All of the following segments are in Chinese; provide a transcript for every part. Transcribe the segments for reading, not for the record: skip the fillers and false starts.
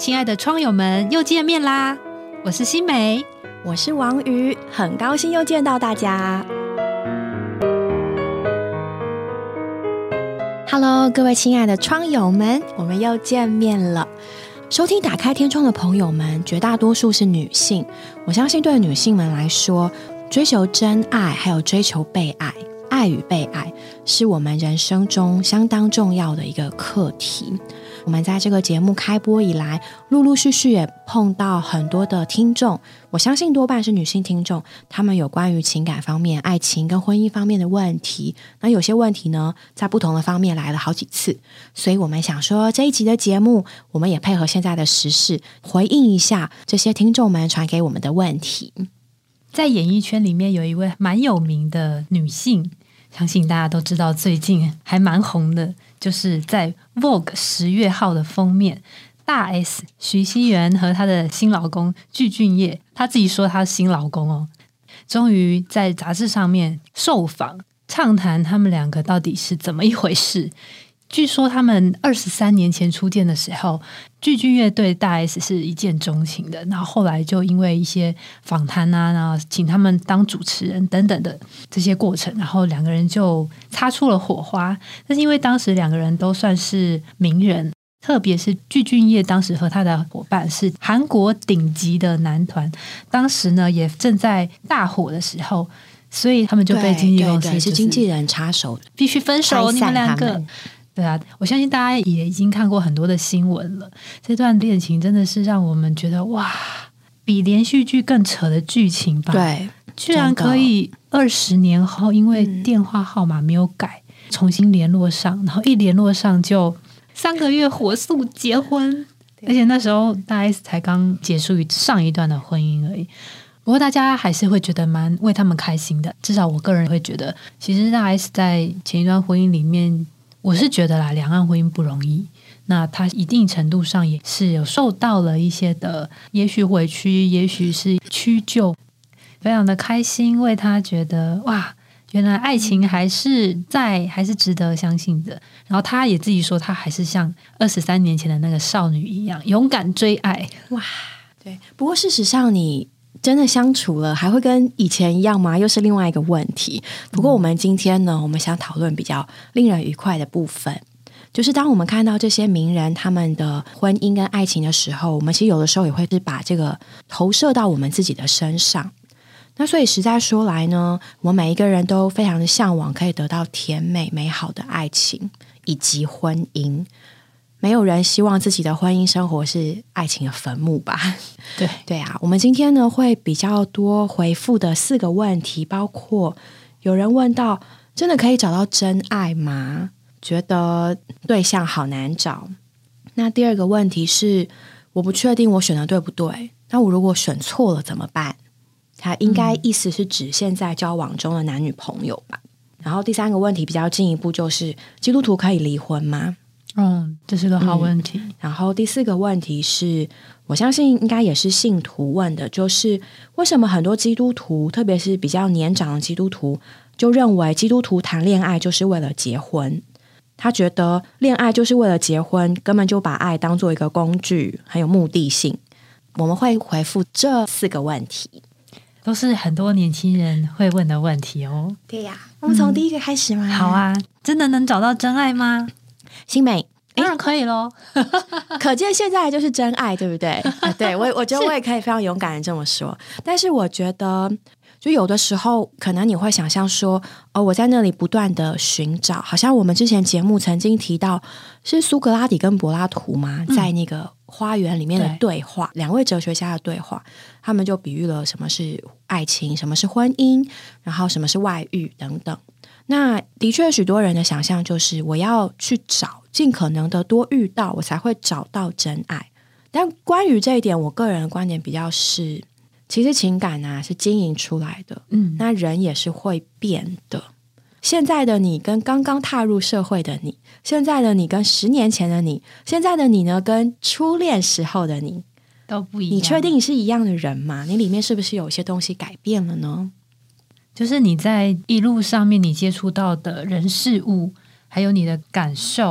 亲爱的窗友们，又见面啦！我是新梅， 我是王瑜，很高兴又见到大家。Hello， 各位亲爱的窗友们，我们又见面了。收听打开天窗的朋友们，绝大多数是女性。我相信对女性们来说，追求真爱还有追求被爱，爱与被爱是我们人生中相当重要的一个课题。我们在这个节目开播以来，陆陆续续也碰到很多的听众，我相信多半是女性听众，他们有关于情感方面、爱情跟婚姻方面的问题。那有些问题呢，在不同的方面来了好几次，所以我们想说这一集的节目，我们也配合现在的时事，回应一下这些听众们传给我们的问题。 在演艺圈里面有一位蛮有名的女性，相信大家都知道，最近还蛮红的，就是在 Vogue 10月号的封面，大 S 徐熙媛和她的新老公具俊晔，她自己说她是新老公哦，终于在杂志上面受访，畅谈他们两个到底是怎么一回事。据说他们23年前初见的时候，具俊晔对大 S 是一见钟情的，然后后来就因为一些访谈啊，然后请他们当主持人等等的这些过程，然后两个人就擦出了火花。但是因为当时两个人都算是名人，特别是具俊晔当时和他的伙伴是韩国顶级的男团，当时呢也正在大火的时候，所以他们就被经纪公司是经纪人插手的， 必须分手，你们两个。对啊，我相信大家也已经看过很多的新闻了。这段恋情真的是让我们觉得哇，比连续剧更扯的剧情吧？ 对， 居然可以20年后因为电话号码没有改，重新联络上，然后一联络上就3个月火速结婚，而且那时候大 S 才刚结束上一段的婚姻而已。不过大家还是会觉得蛮为他们开心的，至少我个人会觉得，其实大 S 在前一段婚姻里面，我是觉得啦，两岸婚姻不容易，那他一定程度上也是有受到了一些的，也许委屈，也许是屈就，非常的开心，为他觉得哇，原来爱情还是在，还是值得相信的。然后他也自己说，他还是像23年前的那个少女一样，勇敢追爱。 哇，对。不过事实上，你真的相处了，还会跟以前一样吗？又是另外一个问题。不过我们今天呢，我们想讨论比较令人愉快的部分，就是当我们看到这些名人他们的婚姻跟爱情的时候，我们其实有的时候也会是把这个投射到我们自己的身上。那所以实在说来呢，我们每一个人都非常的向往可以得到甜美美好的爱情以及婚姻。没有人希望自己的婚姻生活是爱情的坟墓吧？对啊，我们今天呢会比较多回复的4个问题，包括有人问到，真的可以找到真爱吗？觉得对象好难找。那第2个问题是，我不确定我选的对不对，那我如果选错了怎么办？他应该意思是指现在交往中的男女朋友吧。然后第3个问题比较进一步，就是基督徒可以离婚吗？ 这是个好问题。 然后第4个问题是，我相信应该也是信徒问的，就是为什么很多基督徒，特别是比较年长的基督徒，就认为基督徒谈恋爱就是为了结婚，他觉得恋爱就是为了结婚，根本就把爱当做一个工具，很有目的性。我们会回复这4个问题， 都是很多年轻人会问的问题哦。 对呀，我们从第1个开始吗？ 好啊，真的能找到真爱吗？ 新美当然可以咯。 可见现在就是真爱，对不对？对，我觉得我也可以非常勇敢的这么说。但是我觉得就有的时候可能你会想象说，我在那里不断的寻找，好像我们之前节目曾经提到是苏格拉底跟柏拉图嘛，在那个花园里面的对话，2位哲学家的对话，他们就比喻了什么是爱情，什么是婚姻，然后什么是外遇等等。那的确许多人的想象就是我要去找，尽可能的多遇到，我才会找到真爱。但关于这一点，我个人的观点比较是，其实情感啊是经营出来的，那人也是会变的。现在的你跟刚刚踏入社会的你，现在的你跟10年前的你，现在的你呢跟初恋时候的你都不一样。 你确定你是一样的人吗？你里面是不是有一些东西改变了呢？ 就是你在一路上面你接触到的人事物，还有你的感受，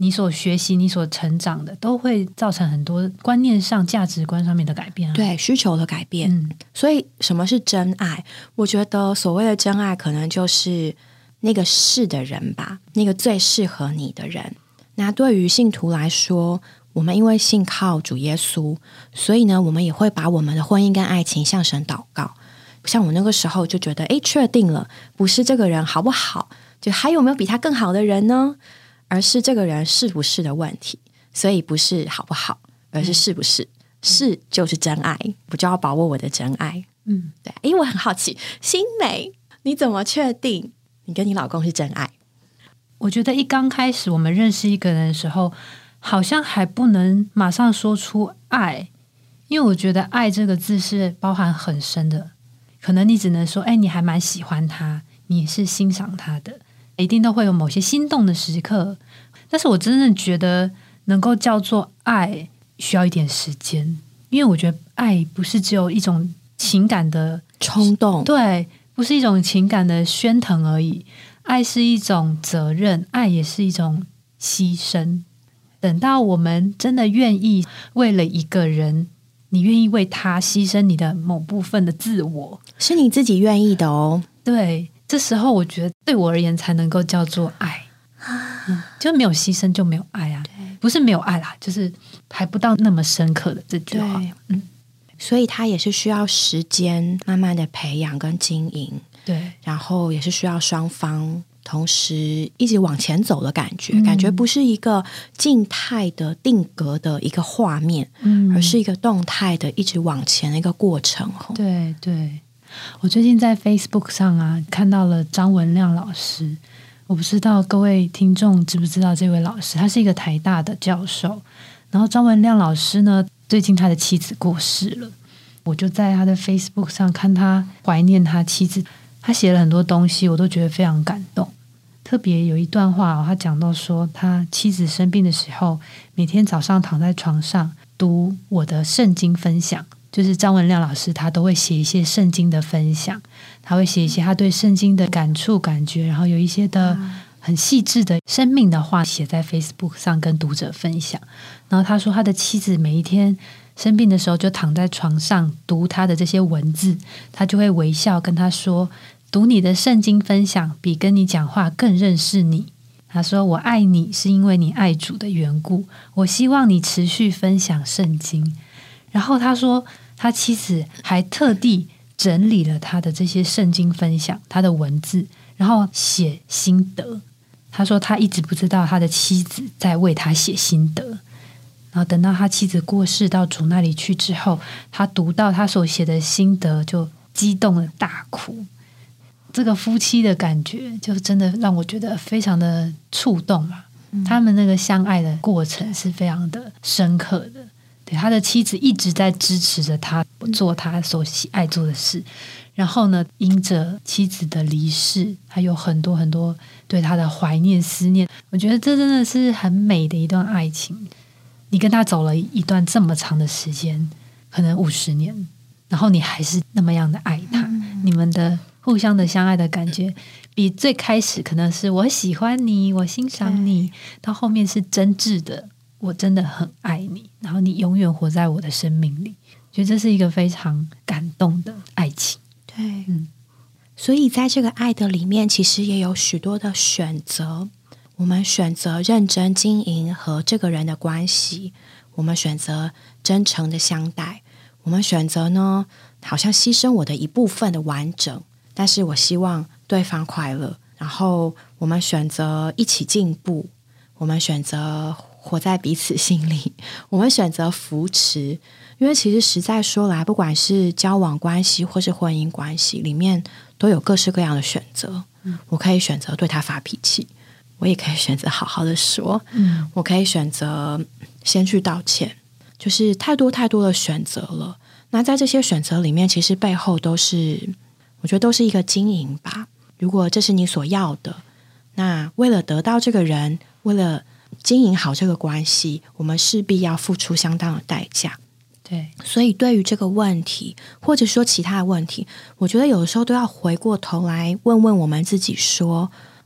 你所学习、你所成长的，都会造成很多观念上、价值观上面的改变对，需求的改变。所以什么是真爱？我觉得所谓的真爱，可能就是那个是的人吧，那个最适合你的人。那对于信徒来说，我们因为信靠主耶稣，所以呢，我们也会把我们的婚姻跟爱情向神祷告。像我那个时候就觉得，确定了，不是这个人好不好，就还有没有比他更好的人呢？而是这个人是不是的问题。所以不是好不好，而是是不是，是就是真爱，我就要把握我的真爱。对，我很好奇，新美，你怎么确定你跟你老公是真爱？ 我觉得一刚开始我们认识一个人的时候，好像还不能马上说出爱，因为我觉得爱这个字是包含很深的，可能你只能说你还蛮喜欢他，你是欣赏他的，一定都会有某些心动的时刻，但是我真正觉得能够叫做爱需要一点时间，因为我觉得爱不是只有一种情感的冲动， 对，不是一种情感的喧腾而已，爱是一种责任，爱也是一种牺牲。等到我们真的愿意为了一个人，你愿意为他牺牲你的某部分的自我， 是你自己愿意的哦。 对，这时候我觉得对我而言才能够叫做爱。就没有牺牲就没有爱啊，不是没有爱啦，就是还不到那么深刻的这句话。 所以它也是需要时间慢慢的培养跟经营， 对， 然后也是需要双方同时一直往前走的感觉，感觉不是一个静态的定格的一个画面，而是一个动态的一直往前的一个过程。 对对，我最近在 Facebook 上啊看到了张文亮老师，我不知道各位听众知不知道这位老师，他是一个台大的教授。然后张文亮老师呢，最近他的妻子过世了，我就在他的 Facebook 上看他怀念他妻子，他写了很多东西，我都觉得非常感动。特别有一段话他讲到说，他妻子生病的时候，每天早上躺在床上读我的圣经分享，就是张文亮老师他都会写一些圣经的分享，他会写一些他对圣经的感触感觉，然后有一些的很细致的生命的话写在 Facebook 上跟读者分享。然后他说他的妻子每一天生病的时候就躺在床上读他的这些文字，他就会微笑跟他说，读你的圣经分享比跟你讲话更认识你。他说我爱你是因为你爱主的缘故，我希望你持续分享圣经。然后他说他妻子还特地整理了他的这些圣经分享，他的文字，然后写心得。他说他一直不知道他的妻子在为他写心得，然后等到他妻子过世到主那里去之后，他读到他所写的心得就激动的大哭。这个夫妻的感觉就真的让我觉得非常的触动吧。他们那个相爱的过程是非常的深刻的。对，他的妻子一直在支持着他做他所喜爱做的事，然后呢，因着妻子的离世，还有很多很多对他的怀念思念。我觉得这真的是很美的一段爱情。你跟他走了一段这么长的时间，可能50年，然后你还是那么样的爱他，你们的互相的相爱的感觉，比最开始可能是我喜欢你，我欣赏你，到后面是真挚的，我真的很爱你，然后你永远活在我的生命里。觉得这是一个非常感动的爱情。 对，所以在这个爱的里面，其实也有许多的选择。我们选择认真经营和这个人的关系，我们选择真诚的相待，我们选择呢，好像牺牲我的一部分的完整，但是我希望对方快乐。然后我们选择一起进步，我们选择活在彼此心里，我们选择扶持。因为其实实在说来，不管是交往关系或是婚姻关系里面，都有各式各样的选择。我可以选择对他发脾气，我也可以选择好好的说，我可以选择先去道歉，就是太多太多的选择了。那在这些选择里面，其实背后都是，我觉得都是一个经营吧。如果这是你所要的，那为了得到这个人，为了经营好这个关系，我们势必要付出相当的代价。 对， 所以对于这个问题，或者说其他的问题，我觉得有的时候都要回过头来问问我们自己说，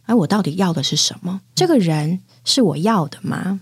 我到底要的是什么？这个人是我要的吗？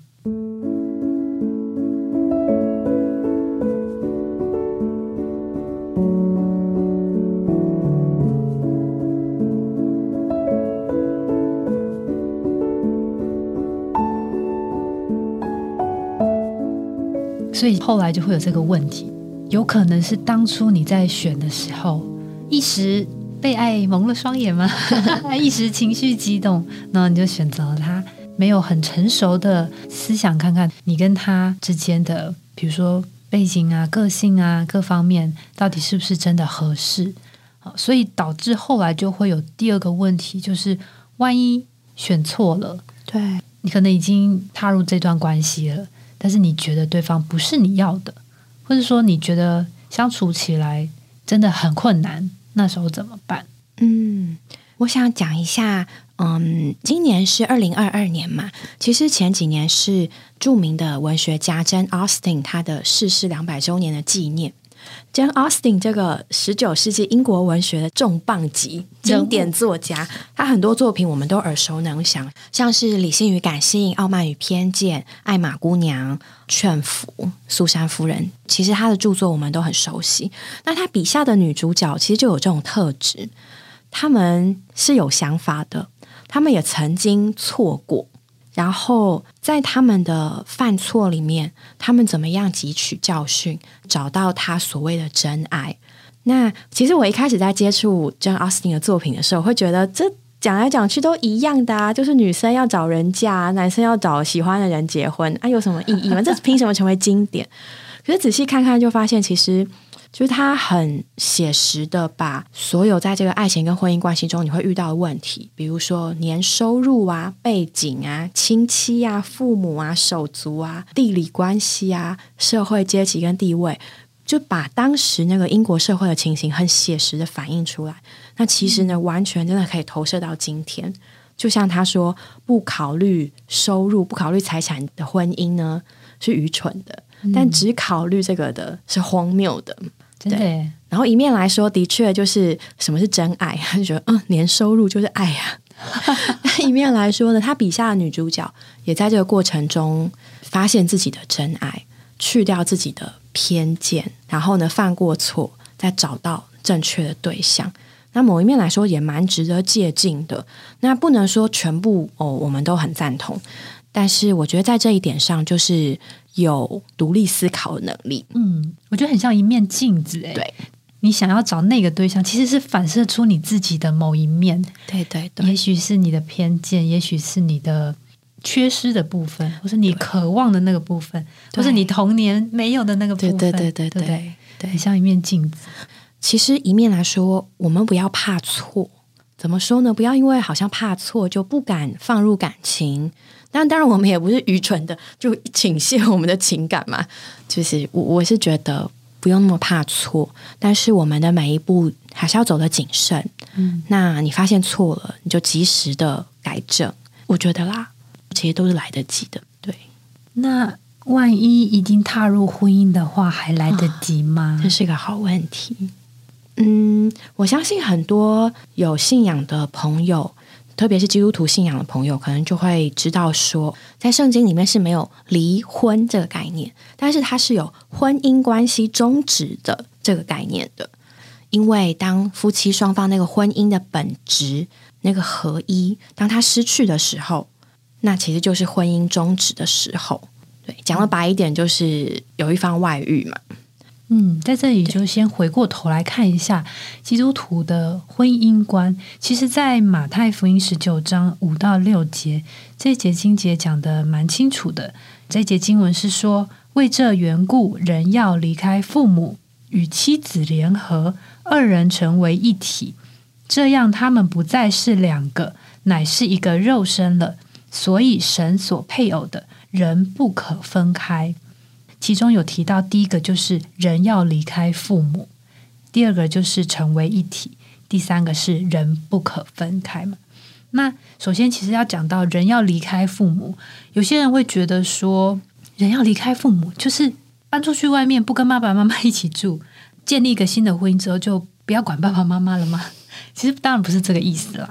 所以后来就会有这个问题，有可能是当初你在选的时候，一时被爱蒙了双眼吗？一时情绪激动，然后你就选择了他，没有很成熟的思想，看看你跟他之间的，比如说背景啊、个性啊各方面，到底是不是真的合适。所以导致后来就会有第二个问题，就是万一选错了， 对， 你可能已经踏入这段关系了，但是你觉得对方不是你要的，或者说你觉得相处起来真的很困难，那时候怎么办？ 我想讲一下，今年是2022年嘛，其实前几年是著名的文学家 Jane Austen 她的逝世200周年的纪念。Jane Austen 这个19世纪英国文学的重磅级经典作家，他很多作品我们都耳熟能详，像是《理性与感性》、《傲慢与偏见》、《艾玛姑娘》、《劝服》、《苏珊夫人》，其实他的著作我们都很熟悉。那他笔下的女主角其实就有这种特质，他们是有想法的，他们也曾经错过，然后在他们的犯错里面，他们怎么样汲取教训，找到他所谓的真爱。那其实我一开始在接触 Jane Austen 的作品的时候，会觉得这讲来讲去都一样的啊，就是女生要找人嫁，男生要找喜欢的人结婚啊，有什么意义吗？这凭什么成为经典？可是仔细看看就发现，其实就是他很写实的把所有在这个爱情跟婚姻关系中你会遇到的问题，比如说年收入啊、背景啊、亲戚啊、父母啊、手足啊、地理关系啊、社会阶级跟地位，就把当时那个英国社会的情形很写实的反映出来。那其实呢，完全真的可以投射到今天。就像他说，不考虑收入、不考虑财产的婚姻呢是愚蠢的，但只考虑这个的是荒谬的。 真的耶。 然后一面来说，的确就是什么是真爱，他就觉得年收入就是爱啊。一面来说呢，他笔下的女主角也在这个过程中发现自己的真爱，去掉自己的偏见，然后呢犯过错，再找到正确的对象。那某一面来说也蛮值得借鉴的。那不能说全部我们都很赞同，但是我觉得在这一点上就是有独立思考的能力。 我觉得很像一面镜子。 对， 你想要找那个对象，其实是反射出你自己的某一面。 对对对， 也许是你的偏见，也许是你的缺失的部分，或是你渴望的那个部分，或是你童年没有的那个部分。对，很像一面镜子。 其实一面来说，我们不要怕错。怎么说呢？不要因为好像怕错就不敢放入感情。但当然我们也不是愚蠢的就倾泻我们的情感嘛。就是我是觉得不用那么怕错，但是我们的每一步还是要走得谨慎。那你发现错了，你就及时的改正。我觉得啦，其实都是来得及的。对， 那万一已经踏入婚姻的话，还来得及吗？ 这是个好问题。我相信很多有信仰的朋友，特别是基督徒信仰的朋友，可能就会知道说，在圣经里面是没有离婚这个概念，但是它是有婚姻关系终止的这个概念的。因为当夫妻双方那个婚姻的本质那个合一，当它失去的时候，那其实就是婚姻终止的时候。对，讲得白一点，就是有一方外遇嘛。 在这里就先回过头来看一下基督徒的婚姻观。其实在马太福音19章5到6节，这一节经节讲得蛮清楚的。这一节经文是说，为这缘故，人要离开父母，与妻子联合，二人成为一体，这样他们不再是两个，乃是一个肉身了。所以神所配偶的，人不可分开。其中有提到，第一个就是人要离开父母，第二个就是成为一体，第三个是人不可分开嘛。那首先其实要讲到人要离开父母，有些人会觉得说，人要离开父母就是搬出去外面，不跟爸爸妈妈一起住，建立一个新的婚姻之后就不要管爸爸妈妈了吗？其实当然不是这个意思啦。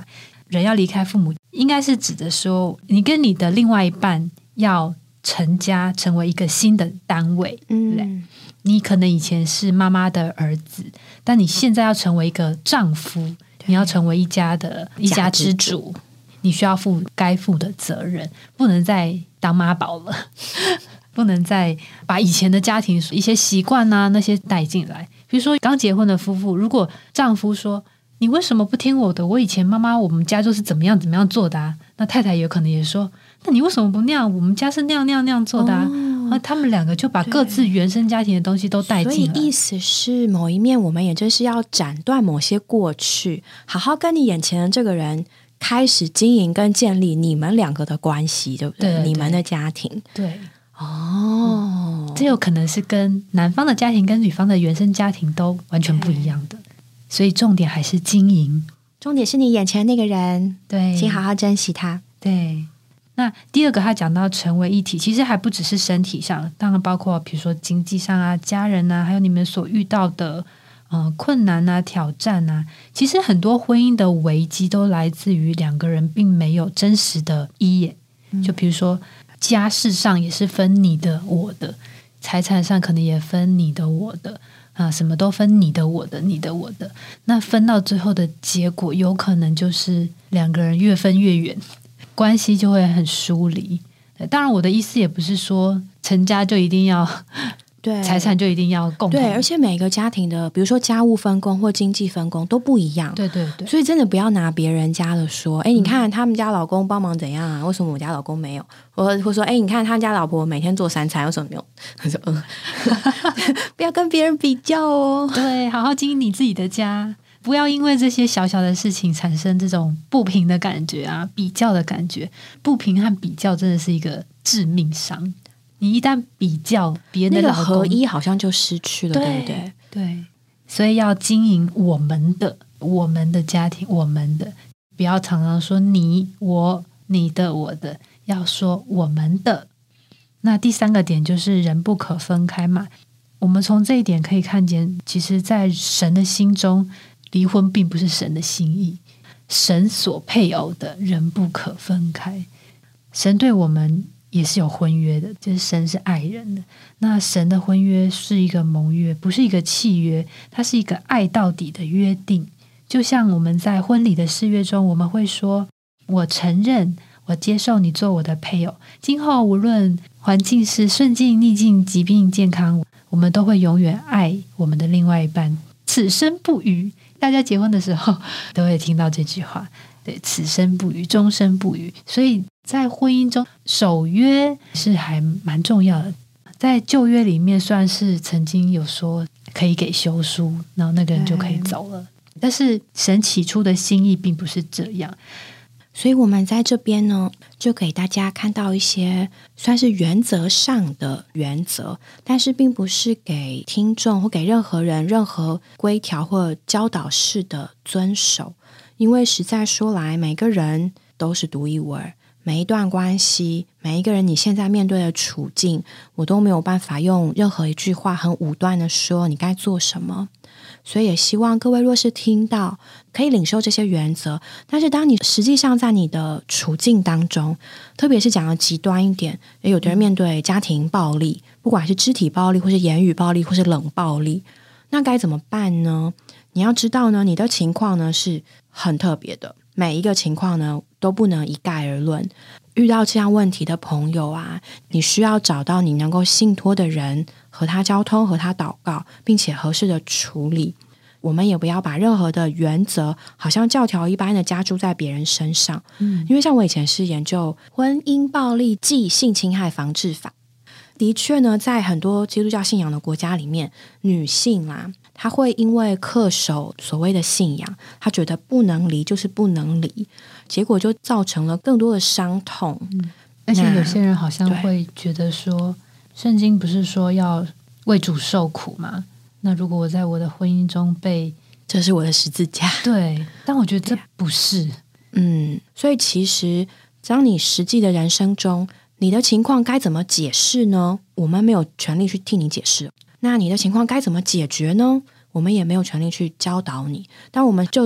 人要离开父母，应该是指的说你跟你的另外一半要成家，成为一个新的单位。你可能以前是妈妈的儿子，但你现在要成为一个丈夫，你要成为一家之主，你需要负该负的责任，不能再当妈宝了不能再把以前的家庭一些习惯啊那些带进来。比如说刚结婚的夫妇，如果丈夫说你为什么不听我的，我以前妈妈我们家就是怎么样怎么样做的啊，那太太有可能也说那你为什么不那样，我们家是那样那样那样做的啊，他们两个就把各自原生家庭的东西都带进来。 所以意思是某一面我们也就是要斩断某些过去，好好跟你眼前的这个人开始经营跟建立你们两个的关系，对不对？你们的家庭。 对这有可能是跟男方的家庭跟女方的原生家庭都完全不一样的，所以重点还是经营， 重点是你眼前那个人， 对， 请好好珍惜他。 对，那第二个他讲到成为一体，其实还不只是身体上，当然包括比如说经济上啊、家人啊，还有你们所遇到的困难啊、挑战啊。其实很多婚姻的危机都来自于两个人并没有真实的一眼，就比如说家事上也是分你的我的，财产上可能也分你的我的什么都分你的我的你的我的，那分到最后的结果有可能就是两个人越分越远，关系就会很疏离。当然我的意思也不是说成家就一定要对财产就一定要共同， 对，而且每个家庭的比如说家务分工或经济分工都不一样， 对对对， 所以真的不要拿别人家的说你看他们家老公帮忙怎样啊，为什么我家老公没有，或说你看他家老婆每天做3餐为什么没有，他说不要跟别人比较哦， 对，好好经营你自己的家，不要因为这些小小的事情产生这种不平的感觉啊，比较的感觉。不平和比较真的是一个致命伤，你一旦比较别人的老公， 那个合一好像就失去了，对不对？ 对，所以要经营我们的家庭，我们的，不要常常说你我你的我的，要说我们的。那第3个点就是人不可分开嘛，我们从这一点可以看见，其实在神的心中，离婚并不是神的心意，神所配偶的人不可分开。神对我们也是有婚约的，就是神是爱人的，那神的婚约是一个盟约，不是一个契约，它是一个爱到底的约定。就像我们在婚礼的誓约中，我们会说我承认我接受你做我的配偶，今后无论环境是顺境逆境疾病健康，我们都会永远爱我们的另外一半，此生不渝。大家结婚的时候都会听到这句话，对，此生不渝，终身不渝。所以在婚姻中守约是还蛮重要的。在旧约里面虽然是曾经有说可以给休书，然后那个人就可以走了，但是神起初的心意并不是这样。 所以我们在这边呢，就给大家看到一些算是原则上的原则，但是并不是给听众或给任何人任何规条或教导式的遵守，因为实在说来，每个人都是独一无二，每一段关系，每一个人你现在面对的处境，我都没有办法用任何一句话很武断的说你该做什么。所以也希望各位若是听到可以领受这些原则，但是当你实际上在你的处境当中，特别是讲的极端一点，有的人面对家庭暴力，不管是肢体暴力或是言语暴力或是冷暴力，那该怎么办呢？你要知道呢，你的情况呢是很特别的，每一个情况呢都不能一概而论。遇到这样问题的朋友啊，你需要找到你能够信托的人，和他交通，和他祷告，并且合适的处理。我们也不要把任何的原则好像教条一般的加诸在别人身上。因为像我以前是研究婚姻暴力暨性侵害防治法，的确呢，在很多基督教信仰的国家里面，女性啊，她会因为恪守所谓的信仰，她觉得不能离就是不能离，结果就造成了更多的伤痛。 而且有些人好像会觉得说，圣经不是说要为主受苦吗？那如果我在我的婚姻中被， 这是我的十字架。 对，但我觉得这不是。 所以其实当你实际的人生中，你的情况该怎么解释呢？我们没有权利去替你解释。那你的情况该怎么解决呢？我们也没有权利去教导你。但我们就着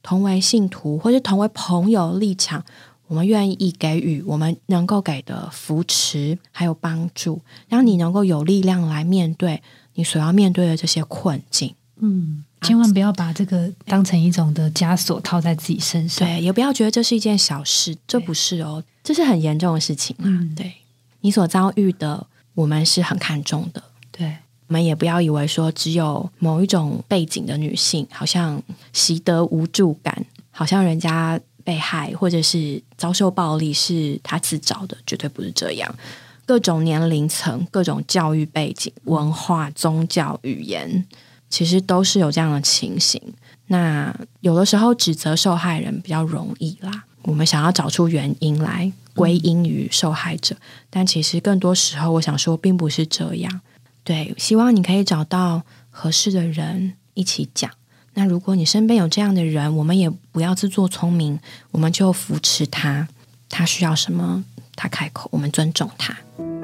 同为信徒或是同为朋友立场，我们愿意给予我们能够给的扶持还有帮助，让你能够有力量来面对你所要面对的这些困境。 千万不要把这个当成一种的枷锁套在自己身上。 对，也不要觉得这是一件小事，这不是哦，这是很严重的事情对，你所遭遇的我们是很看重的。 对， 我们也不要以为说只有某一种背景的女性好像习得无助感，好像人家被害或者是遭受暴力是她自找的，绝对不是这样。各种年龄层、各种教育背景、文化、宗教、语言，其实都是有这样的情形。那有的时候指责受害人比较容易啦，我们想要找出原因来归因于受害者，但其实更多时候我想说并不是这样。对，希望你可以找到合适的人一起讲。那如果你身边有这样的人，我们也不要自作聪明，我们就扶持他，他需要什么他开口，我们尊重他。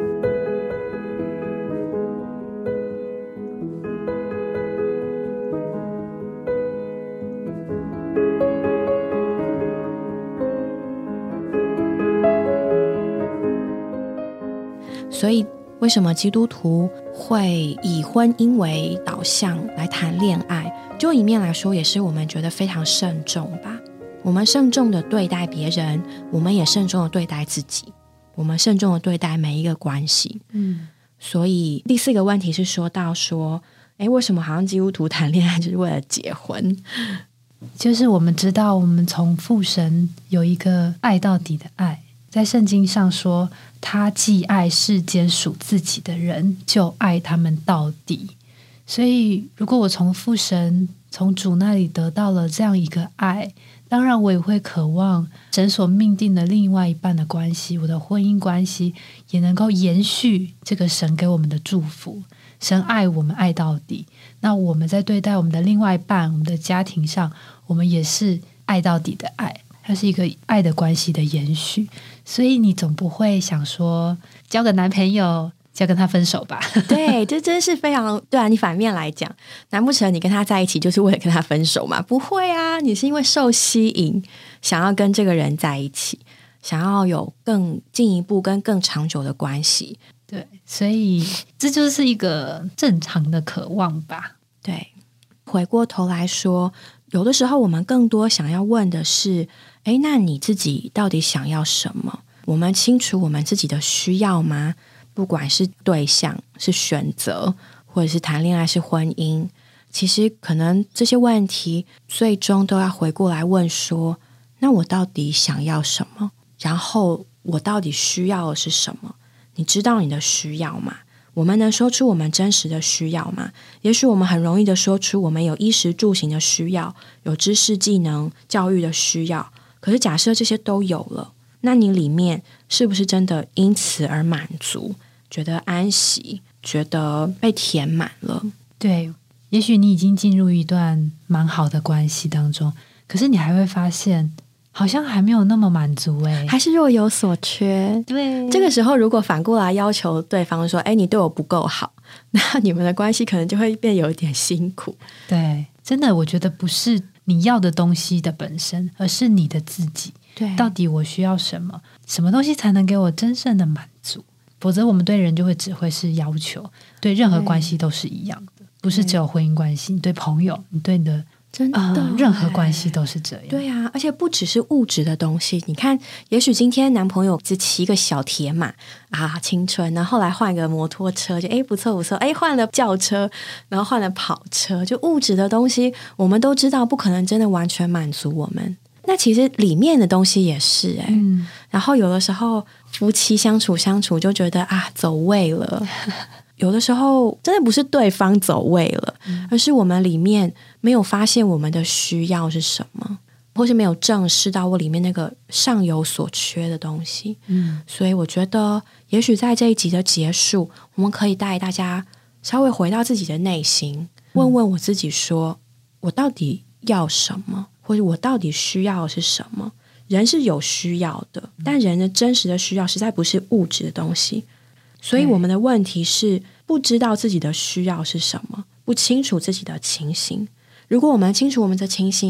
所以为什么基督徒会以婚姻为导向来谈恋爱，就一面来说也是我们觉得非常慎重吧。我们慎重的对待别人，我们也慎重的对待自己，我们慎重的对待每一个关系。所以第4个问题是说到说，为什么好像基督徒谈恋爱就是为了结婚？ 就是我们知道我们从父神有一个爱到底的爱，在圣经上说他既爱世间属自己的人，就爱他们到底。所以如果我从父神从主那里得到了这样一个爱，当然我也会渴望神所命定的另外一半的关系，我的婚姻关系也能够延续这个神给我们的祝福。神爱我们爱到底，那我们在对待我们的另外一半，我们的家庭上，我们也是爱到底的爱，它是一个爱的关系的延续。所以你总不会想说交个男朋友就要跟他分手吧？ 对，这真是非常对啊！你反面来讲，难不成你跟他在一起就是为了跟他分手吗？不会啊，你是因为受吸引，想要跟这个人在一起，想要有更进一步跟更长久的关系。 对，所以这就是一个正常的渴望吧。 对，回过头来说，有的时候我们更多想要问的是，那你自己到底想要什么？我们清楚我们自己的需要吗？不管是对象、是选择，或者是谈恋爱、是婚姻，其实可能这些问题最终都要回过来问说，那我到底想要什么？然后我到底需要的是什么？你知道你的需要吗？我们能说出我们真实的需要吗？也许我们很容易的说出我们有衣食住行的需要，有知识技能教育的需要，可是假设这些都有了，那你里面是不是真的因此而满足，觉得安息，觉得被填满了？ 对，也许你已经进入一段蛮好的关系当中，可是你还会发现好像还没有那么满足还是若有所缺。 对， 这个时候如果反过来要求对方说，你对我不够好，那你们的关系可能就会变有一点辛苦。 对，真的我觉得不是你要的东西的本身，而是你的自己。 对， 到底我需要什么？什么东西才能给我真正的满足？否则我们对人就会只会是要求，对任何关系都是一样的，不是只有婚姻关系，你对朋友，你对你的真的任何关系都是这样。 对啊，而且不只是物质的东西。你看，也许今天男朋友只骑一个小铁马啊，青春，然后后来换个摩托车，就不错不错，换了轿车，然后换了跑车，就物质的东西，我们都知道不可能真的完全满足我们。那其实里面的东西也是然后有的时候夫妻相处就觉得走位了。有的时候真的不是对方走位了，而是我们里面没有发现我们的需要是什么，或是没有正视到我里面那个尚有所缺的东西。所以我觉得也许在这一集的结束，我们可以带大家稍微回到自己的内心，问问我自己说，我到底要什么，或者我到底需要的是什么？人是有需要的，但人的真实的需要实在不是物质的东西。所以我们的问题是不知道自己的需要是什么，不清楚自己的情形。如果我们清楚我们的情形，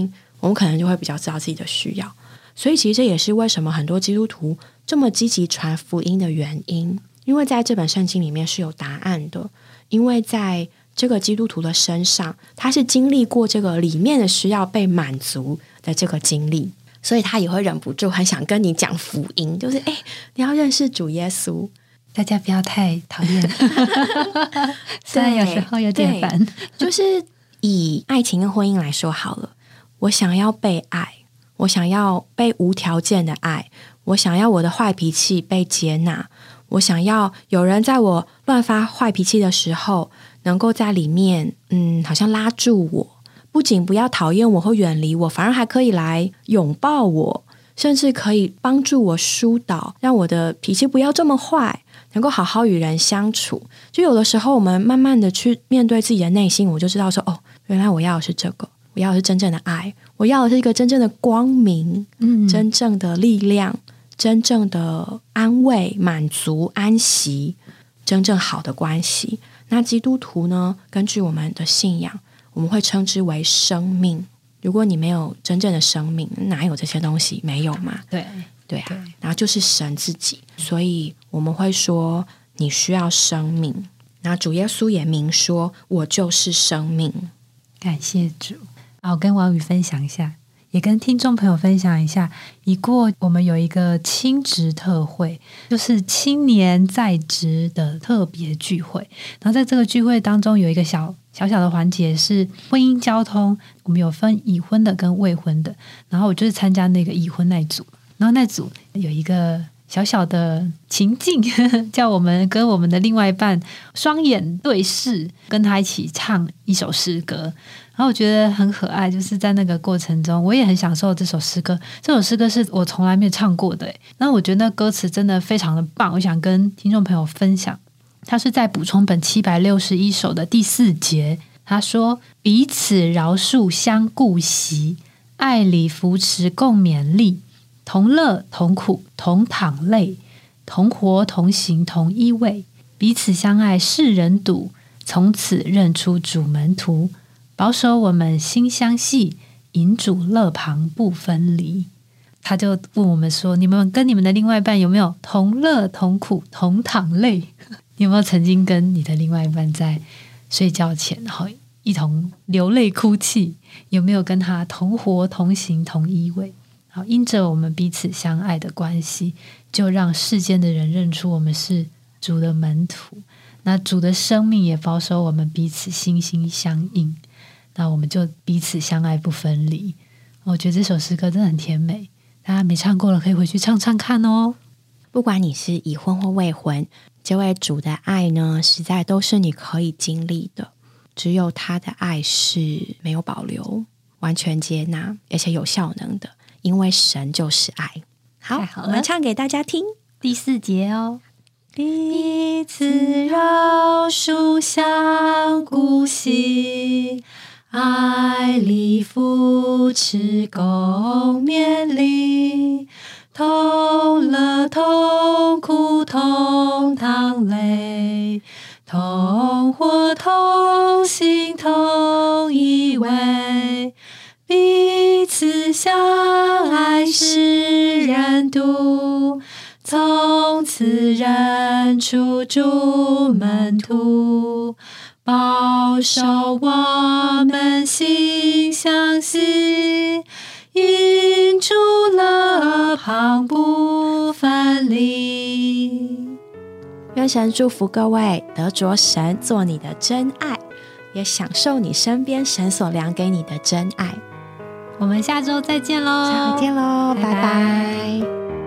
我们可能就会比较知道自己的需要。所以其实这也是为什么很多基督徒这么积极传福音的原因，因为在这本圣经里面是有答案的，因为在这个基督徒的身上，他是经历过这个里面的需要被满足的这个经历，所以他也会忍不住很想跟你讲福音，就是你要认识主耶稣。 大家不要太讨厌虽然有时候有点烦。 就是以爱情跟婚姻来说好了，我想要被爱，我想要被无条件的爱，我想要我的坏脾气被接纳，我想要有人在我乱发坏脾气的时候能够在里面好像拉住我，不仅不要讨厌我或远离我，反而还可以来拥抱我，甚至可以帮助我疏导，让我的脾气不要这么坏，能够好好与人相处。就有的时候我们慢慢的去面对自己的内心，我就知道说原来我要的是这个，我要的是真正的爱，我要的是一个真正的光明，真正的力量，真正的安慰、满足、安息，真正好的关系。那基督徒呢，根据我们的信仰，我们会称之为生命。如果你没有真正的生命，哪有这些东西？没有嘛？对啊，然后就是神自己，所以我们会说你需要生命。那主耶稣也明说，我就是生命。 感谢主。我跟王宇分享一下，也跟听众朋友分享一下，我们有一个青职特会，就是青年在职的特别聚会。然后在这个聚会当中有一个小小的环节是婚姻交通，我们有分已婚的跟未婚的，然后我就是参加那个已婚那一组，然后那组有一个小小的情境叫我们跟我们的另外一半双眼对视，跟他一起唱一首诗歌。然后我觉得很可爱，就是在那个过程中我也很享受这首诗歌。这首诗歌是我从来没有唱过的，然后我觉得那歌词真的非常的棒，我想跟听众朋友分享。他是在补充本761首的第4节，他说彼此饶恕相顾惜，爱里扶持共勉励，同乐同苦同淌泪，同活同行同依偎，彼此相爱世人睹，从此认出主门徒，保守我们心相系，引主乐旁不分离。他就问我们说，你们跟你们的另外一半有没有同乐同苦同淌泪？你有没有曾经跟你的另外一半在睡觉前然后一同流泪哭泣？有没有跟他同活同行同依偎？好，因着我们彼此相爱的关系，就让世间的人认出我们是主的门徒。那主的生命也保守我们彼此心心相印，那我们就彼此相爱不分离。我觉得这首诗歌真的很甜美，大家没唱过了可以回去唱唱看哦。 不管你是已婚或未婚，这位主的爱呢，实在都是你可以经历的。只有他的爱是没有保留、完全接纳而且有效能的，因为神就是爱。好，我们唱给大家听第4节哦。彼此饶恕相顾惜，爱里扶持共勉励，同乐同苦同淌泪，同活同行同依偎，彼此相爱世人睹，从此认出主门徒，保守我们心相系，引主乐旁不分离。 愿神祝福各位得着神做你的真爱，也享受你身边神所量给你的真爱。 我们下周再见咯， 下回见咯，拜拜。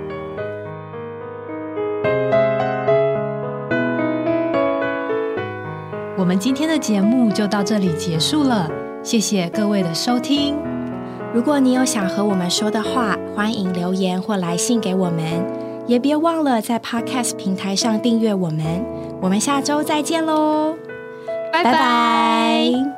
我们今天的节目就到这里结束了，谢谢各位的收听。 如果你有想和我们说的话，欢迎留言或来信给我们，也别忘了在 Podcast 平台上订阅我们。我们下周再见咯，拜拜。